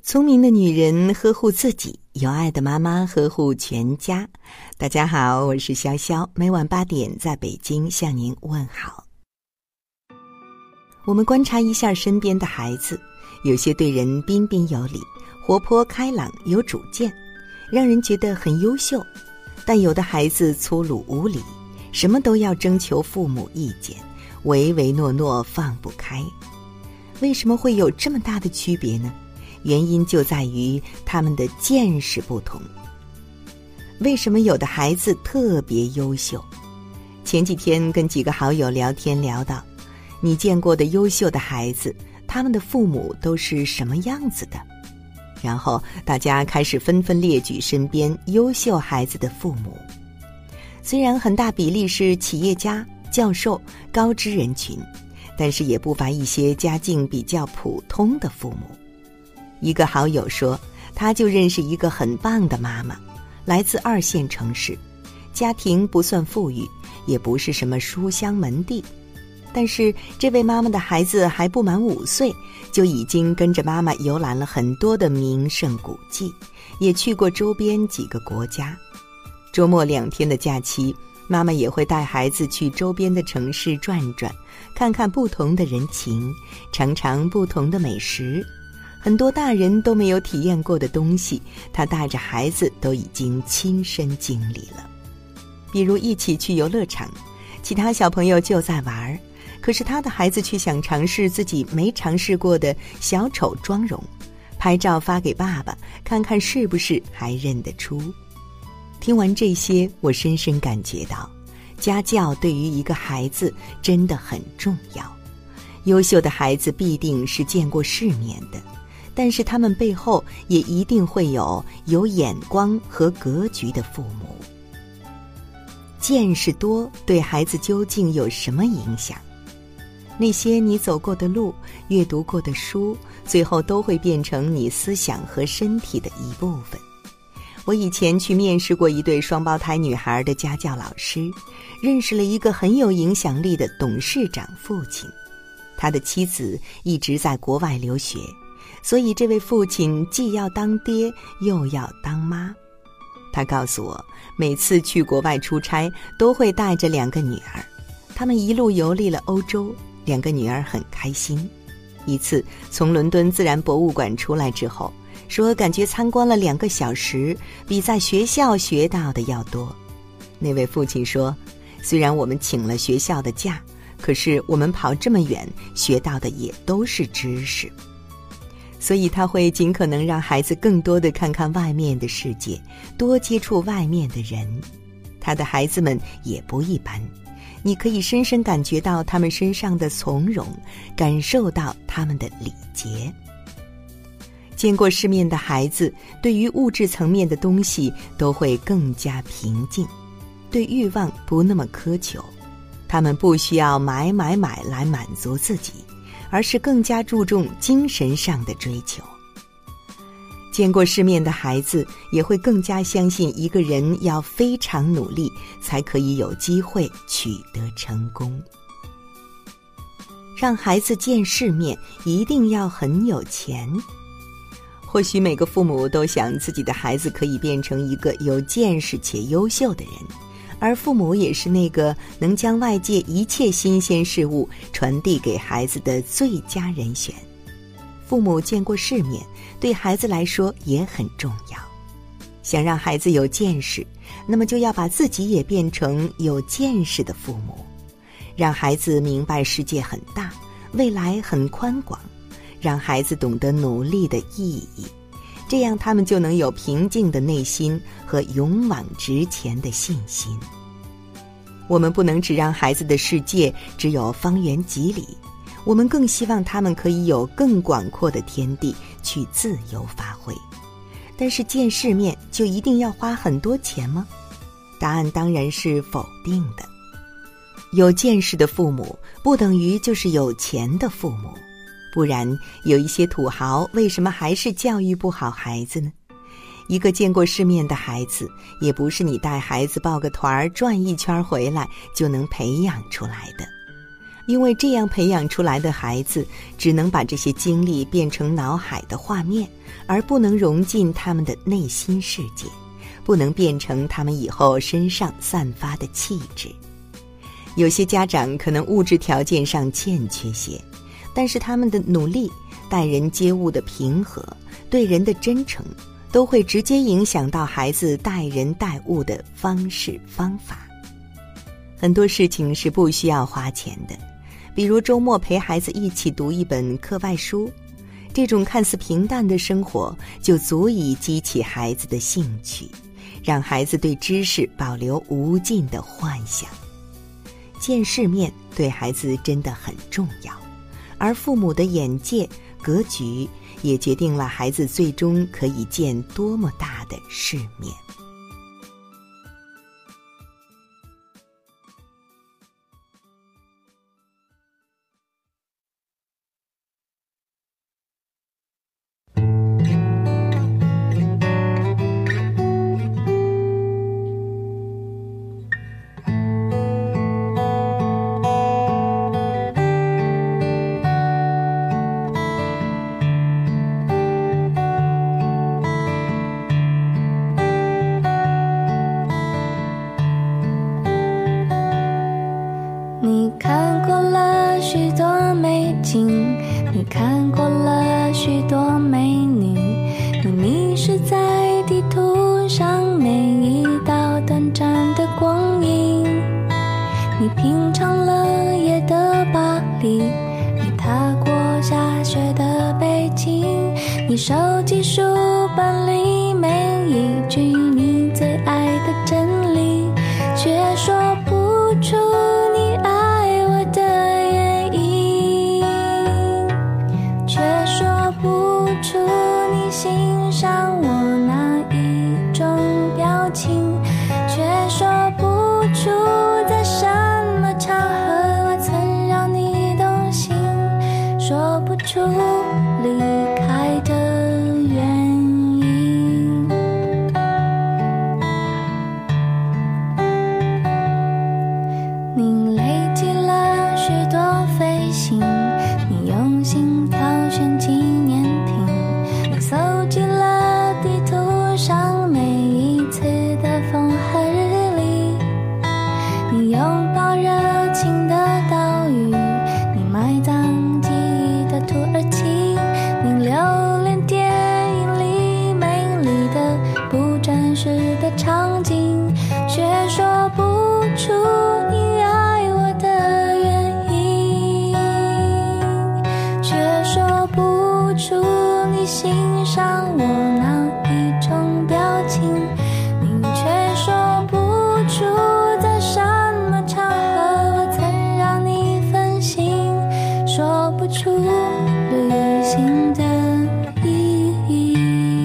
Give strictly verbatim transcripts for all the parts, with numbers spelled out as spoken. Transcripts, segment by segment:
聪明的女人呵护自己，有爱的妈妈呵护全家。大家好，我是潇潇，每晚八点在北京向您问好。我们观察一下身边的孩子，有些对人彬彬有礼，活泼开朗，有主见，让人觉得很优秀。但有的孩子粗鲁无礼，什么都要征求父母意见，唯唯诺诺放不开。为什么会有这么大的区别呢？原因就在于他们的见识不同。为什么有的孩子特别优秀？前几天跟几个好友聊天聊到，你见过的优秀的孩子，他们的父母都是什么样子的？然后大家开始纷纷列举身边优秀孩子的父母。虽然很大比例是企业家、教授、高知人群，但是也不乏一些家境比较普通的父母。一个好友说，他就认识一个很棒的妈妈，来自二线城市，家庭不算富裕，也不是什么书香门第，但是这位妈妈的孩子还不满五岁，就已经跟着妈妈游览了很多的名胜古迹，也去过周边几个国家。周末两天的假期，妈妈也会带孩子去周边的城市转转，看看不同的人情，尝尝不同的美食。很多大人都没有体验过的东西，他带着孩子都已经亲身经历了。比如一起去游乐场，其他小朋友就在玩，可是他的孩子却想尝试自己没尝试过的小丑妆容，拍照发给爸爸，看看是不是还认得出。听完这些，我深深感觉到，家教对于一个孩子真的很重要。优秀的孩子必定是见过世面的，但是他们背后也一定会有有眼光和格局的父母。见识多对孩子究竟有什么影响？那些你走过的路，阅读过的书，最后都会变成你思想和身体的一部分。我以前去面试过一对双胞胎女孩的家教老师，认识了一个很有影响力的董事长父亲。他的妻子一直在国外留学，所以这位父亲既要当爹又要当妈。他告诉我，每次去国外出差都会带着两个女儿，他们一路游历了欧洲，两个女儿很开心。一次从伦敦自然博物馆出来之后，说感觉参观了两个小时，比在学校学到的要多。那位父亲说，虽然我们请了学校的假，可是我们跑这么远，学到的也都是知识。所以他会尽可能让孩子更多的看看外面的世界，多接触外面的人。他的孩子们也不一般，你可以深深感觉到他们身上的从容，感受到他们的礼节。见过世面的孩子，对于物质层面的东西都会更加平静，对欲望不那么苛求。他们不需要买买买来满足自己，而是更加注重精神上的追求。见过世面的孩子也会更加相信一个人要非常努力，才可以有机会取得成功。让孩子见世面，一定要很有钱。或许每个父母都想自己的孩子可以变成一个有见识且优秀的人，而父母也是那个能将外界一切新鲜事物传递给孩子的最佳人选。父母见过世面，对孩子来说也很重要。想让孩子有见识，那么就要把自己也变成有见识的父母，让孩子明白世界很大，未来很宽广，让孩子懂得努力的意义，这样他们就能有平静的内心和勇往直前的信心。我们不能只让孩子的世界只有方圆几里，我们更希望他们可以有更广阔的天地去自由发挥。但是见世面就一定要花很多钱吗？答案当然是否定的。有见识的父母不等于就是有钱的父母，不然有一些土豪为什么还是教育不好孩子呢？一个见过世面的孩子，也不是你带孩子报个团儿转一圈回来就能培养出来的。 因为这样培养出来的孩子只能把这些经历变成脑海的画面，而不能融进他们的内心世界，不能变成他们以后身上散发的气质。有些家长可能物质条件上欠缺些，但是他们的努力、待人接物的平和、对人的真诚，都会直接影响到孩子待人待物的方式方法。很多事情是不需要花钱的，比如周末陪孩子一起读一本课外书，这种看似平淡的生活就足以激起孩子的兴趣，让孩子对知识保留无尽的幻想。见世面对孩子真的很重要，而父母的眼界、格局也决定了孩子最终可以见多么大的世面。 你看过了许多美女，你迷失在地图上每一道短暂的光影，你品尝了夜的巴黎，你踏过下雪的北京，你收集书本里每一句你最爱的真理，却说不出你爱我的原因，却说不出你欣赏我哪一种表情，却说不出在什么场合我曾让你动心，说不出离开的原因。你累积了许多飞行，你用心挑选纪念品，你搜集了地图上每一次的风和日丽，你拥抱热情的岛屿，你埋葬记忆的土耳其，你留恋电影里美丽的不真实的场景，却说不出你爱我的原因，却说不出你欣赏我哪一种表情，你却说不出在什么场合我曾让你分心，说不出旅行的意义。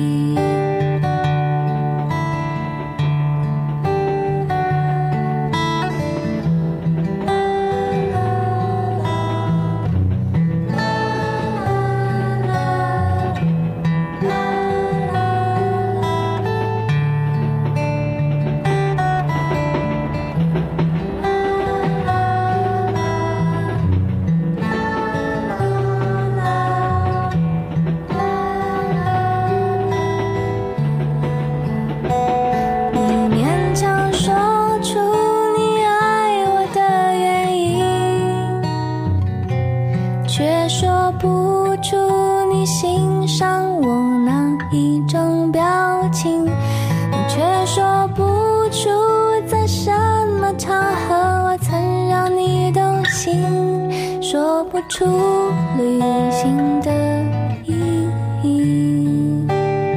你勉强说出你爱我的原因，却说不出你欣赏我哪一种表情，你却说不出在什么场合我曾让你动心，说不出旅行的意义，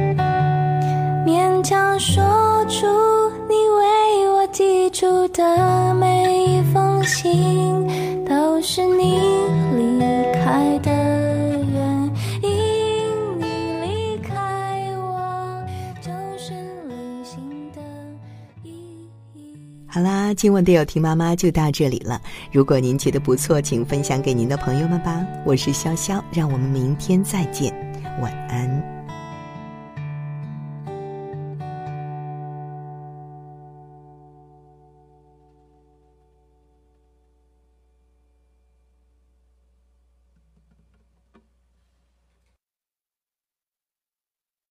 勉强说出你为我寄出的每一封信都是你离开的原因，你离开我就是旅行的意义。 好啦，今晚的有听妈妈就到这里了。如果您觉得不错，请分享给您的朋友们吧。我是潇潇，让我们明天再见，晚安。